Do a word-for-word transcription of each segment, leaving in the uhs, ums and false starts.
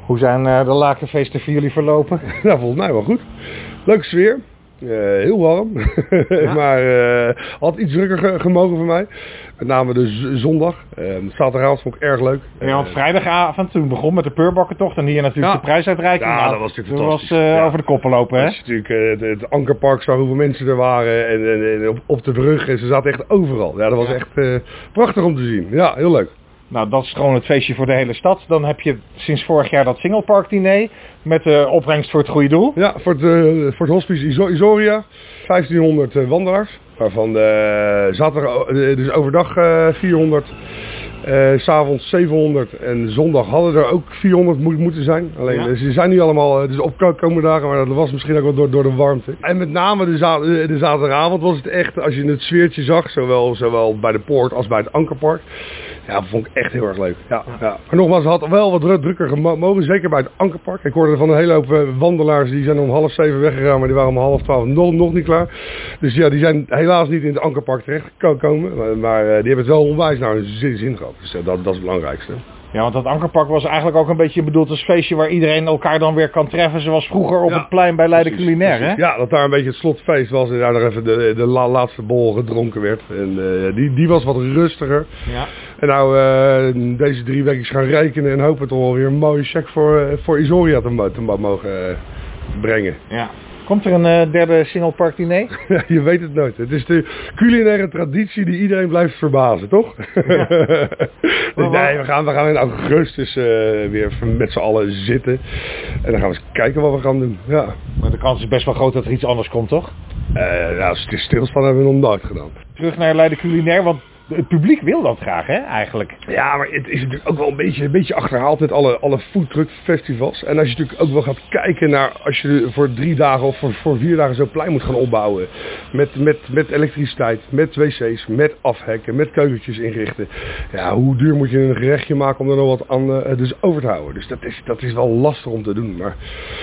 Hoe zijn uh, de lakenfeesten voor jullie verlopen? Nou, volgens mij wel goed. Leuke sfeer. Uh, heel warm. Ja. maar uh, had iets drukker ge gemogen voor mij. Met name de z zondag. Uh, zaterdagavond vond ik erg leuk. Ja, want vrijdagavond toen begon met de Peurbakkentocht en hier natuurlijk ja. de prijsuitreiking. Ja, nou, dat was natuurlijk dat fantastisch. was uh, ja. over de koppen lopen, hè? Dat is natuurlijk uh, het, het Ankerpark, zag hoeveel mensen er waren en, en, en op, op de brug. En ze zaten echt overal. Ja, dat was ja. echt uh, prachtig om te zien. Ja, heel leuk. Nou, dat is gewoon het feestje voor de hele stad. Dan heb je sinds vorig jaar dat Singlepark diner met de opbrengst voor het goede doel. Ja, voor het, uh, voor het hospice Isoria. vijftienhonderd uh, wandelaars. Waarvan uh, zaterdag, uh, dus overdag uh, vierhonderd. Uh, 's avonds zevenhonderd en zondag hadden er ook vierhonderd mo moeten zijn. Alleen ja. Ze zijn nu allemaal uh, dus opkomende dagen, maar dat was misschien ook wel door, door de warmte. En met name de, za de zaterdagavond was het echt, als je het sfeertje zag, zowel, zowel bij de Poort als bij het Ankerpark. Ja, dat vond ik echt heel erg leuk. Ja, ja. Ja. Maar nogmaals, het had wel wat dru drukker gemogen, zeker bij het Ankerpark. Ik hoorde van een hele hoop uh, wandelaars, die zijn om half zeven weggegaan, maar die waren om half twaalf nog, nog niet klaar. Dus ja, die zijn helaas niet in het Ankerpark terechtgekomen, maar, maar uh, die hebben het wel onwijs naar hun zin gehad. Dus uh, dat, dat is het belangrijkste. Ja, want dat Ankerpark was eigenlijk ook een beetje bedoeld als feestje waar iedereen elkaar dan weer kan treffen, zoals vroeger op ja, het plein bij Leiden precies, Culinair, precies. hè? Ja, dat daar een beetje het slotfeest was en daar nog even de, de la, laatste bol gedronken werd. En uh, die, die was wat rustiger. Ja. En nou, uh, deze drie weken gaan rekenen en hopen toch wel weer een mooie check voor, uh, voor Isoria te, te mogen uh, brengen. Ja. Komt er een uh, derde Singlepark diner? Ja, je weet het nooit. Het is de culinaire traditie die iedereen blijft verbazen, toch? Ja. Dus nee, we gaan, we gaan in augustus uh, weer met z'n allen zitten. En dan gaan we eens kijken wat we gaan doen. Ja. Maar de kans is best wel groot dat er iets anders komt, toch? Uh, nou, als het is stilstaan hebben we nog nooit gedaan. Terug naar Leiden Culinair, want het publiek wil dat graag, hè, eigenlijk. Ja, maar het is natuurlijk ook wel een beetje, een beetje achterhaald met alle, alle foodtruck festivals. En als je natuurlijk ook wel gaat kijken naar, als je voor drie dagen of voor, voor vier dagen zo'n plein moet gaan opbouwen. Met, met, met elektriciteit, met wc's, met afhekken, met keukentjes inrichten. Ja, hoe duur moet je een gerechtje maken om er nog wat aan uh, dus over te houden. Dus dat is, dat is wel lastig om te doen. Maar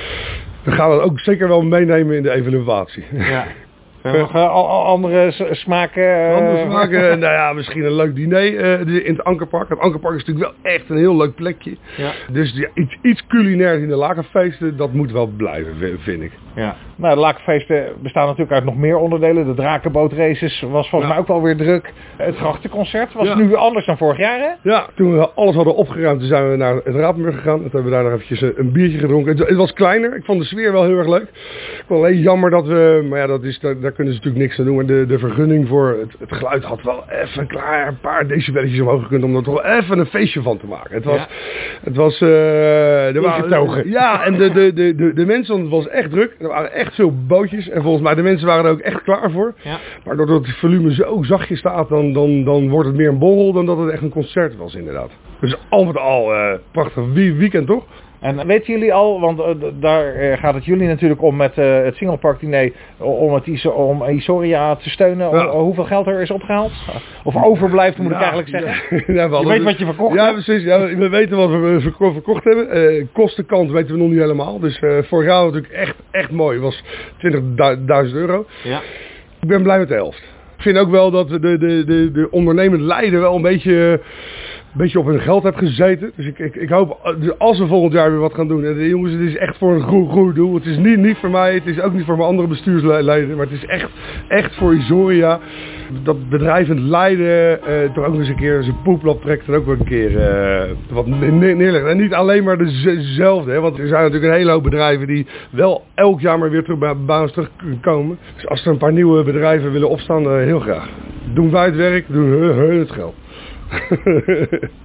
we gaan het ook zeker wel meenemen in de evaluatie. Ja. Uh, nog uh, andere smaken? Uh... Andere smaken, nou ja, misschien een leuk diner uh, in het Ankerpark. Het Ankerpark is natuurlijk wel echt een heel leuk plekje. Ja. Dus ja, iets, iets culinair in de lakenfeesten, dat moet wel blijven, vind ik. Ja. Nou, de lakenfeesten bestaan natuurlijk uit nog meer onderdelen. De drakenbootraces was volgens ja. mij ook wel weer druk. Het grachtenconcert was ja. nu weer anders dan vorig jaar, hè? Ja, toen we alles hadden opgeruimd, toen zijn we naar het Rapenburg gegaan. Toen hebben we daar nog eventjes een biertje gedronken. Het, het was kleiner, ik vond de sfeer wel heel erg leuk. Ik vond alleen jammer dat we, maar ja, dat is, daar, daar kunnen ze natuurlijk niks aan doen. Maar de, de vergunning voor het, het geluid had wel even klaar een paar decibelletjes omhoog gekund om er toch wel even een feestje van te maken. Het was, ja. het was, uh, er waren, ja, en de, de, de, de, de mensen, het was echt druk. Er waren echt veel bootjes en volgens mij de mensen waren er ook echt klaar voor. Ja. Maar doordat het volume zo zachtjes staat, dan, dan, dan wordt het meer een borrel dan dat het echt een concert was inderdaad. Dus al met al uh, prachtig weekend toch? En weten jullie al, want uh, daar uh, gaat het jullie natuurlijk om met uh, het Singlepark diner, om, het Iso om Isoria te steunen, ja. om, hoeveel geld er is opgehaald? Of overblijft, moet ja, ik eigenlijk zeggen. Ja, ja, je weet dus, wat je verkocht ja, hebt. Precies, ja, we weten wat we verko verkocht hebben. Uh, kostenkant weten we nog niet helemaal. Dus uh, vorig jaar was natuurlijk echt, echt mooi. Het was twintigduizend euro. Ja. Ik ben blij met de helft. Ik vind ook wel dat de, de, de, de ondernemend Leiden wel een beetje... Een beetje op hun geld heb gezeten. Dus ik, ik, ik hoop, als we volgend jaar weer wat gaan doen. En de jongens, het is echt voor een goed, goed doel. Het is niet, niet voor mij, het is ook niet voor mijn andere bestuursleden. Maar het is echt, echt voor Isoria. Dat bedrijf in Leiden uh, toch ook eens een keer zijn poeplap trekt. En ook wel een keer uh, wat neer neerlegt. En niet alleen maar dezelfde. Hè, want er zijn natuurlijk een hele hoop bedrijven die wel elk jaar maar weer terug bij, bij ons terugkomen. Dus als er een paar nieuwe bedrijven willen opstaan, uh, heel graag. Doen wij het werk, doen hun het geld.